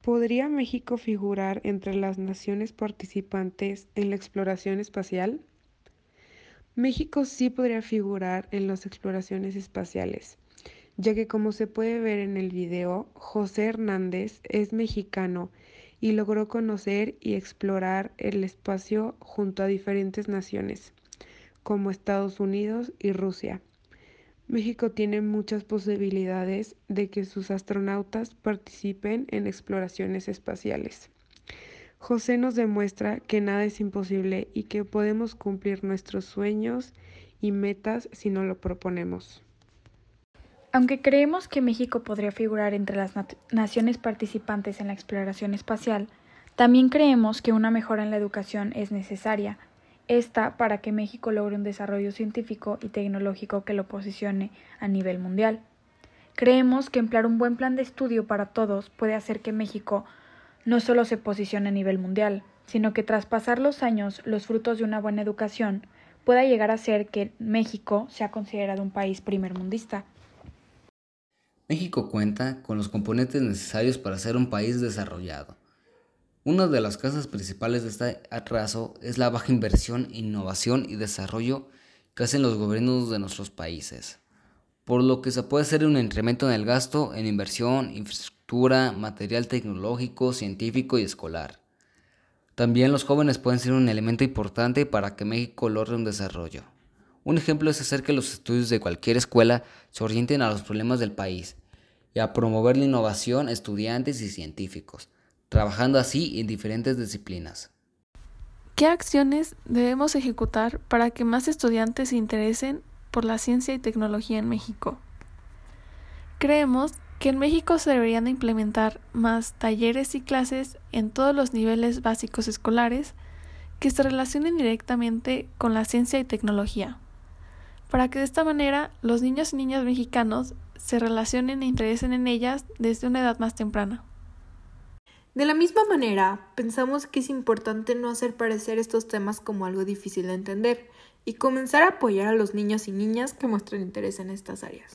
¿Podría México figurar entre las naciones participantes en la exploración espacial? México sí podría figurar en las exploraciones espaciales, ya que como se puede ver en el video, José Hernández es mexicano y logró conocer y explorar el espacio junto a diferentes naciones, como Estados Unidos y Rusia. México tiene muchas posibilidades de que sus astronautas participen en exploraciones espaciales. José nos demuestra que nada es imposible y que podemos cumplir nuestros sueños y metas si nos lo proponemos. Aunque creemos que México podría figurar entre las naciones participantes en la exploración espacial, también creemos que una mejora en la educación es necesaria, esta para que México logre un desarrollo científico y tecnológico que lo posicione a nivel mundial. Creemos que emplear un buen plan de estudio para todos puede hacer que México no solo se posicione a nivel mundial, sino que tras pasar los años, los frutos de una buena educación pueda llegar a ser que México sea considerado un país primermundista. México cuenta con los componentes necesarios para ser un país desarrollado. Una de las causas principales de este atraso es la baja inversión, innovación y desarrollo que hacen los gobiernos de nuestros países, por lo que se puede hacer un incremento en el gasto en inversión, infraestructura, material tecnológico, científico y escolar. También los jóvenes pueden ser un elemento importante para que México logre un desarrollo. Un ejemplo es hacer que los estudios de cualquier escuela se orienten a los problemas del país y a promover la innovación a estudiantes y científicos, trabajando así en diferentes disciplinas. ¿Qué acciones debemos ejecutar para que más estudiantes se interesen por la ciencia y tecnología en México? Creemos que en México se deberían implementar más talleres y clases en todos los niveles básicos escolares que se relacionen directamente con la ciencia y tecnología, para que de esta manera los niños y niñas mexicanos se relacionen e interesen en ellas desde una edad más temprana. De la misma manera, pensamos que es importante no hacer parecer estos temas como algo difícil de entender y comenzar a apoyar a los niños y niñas que muestren interés en estas áreas.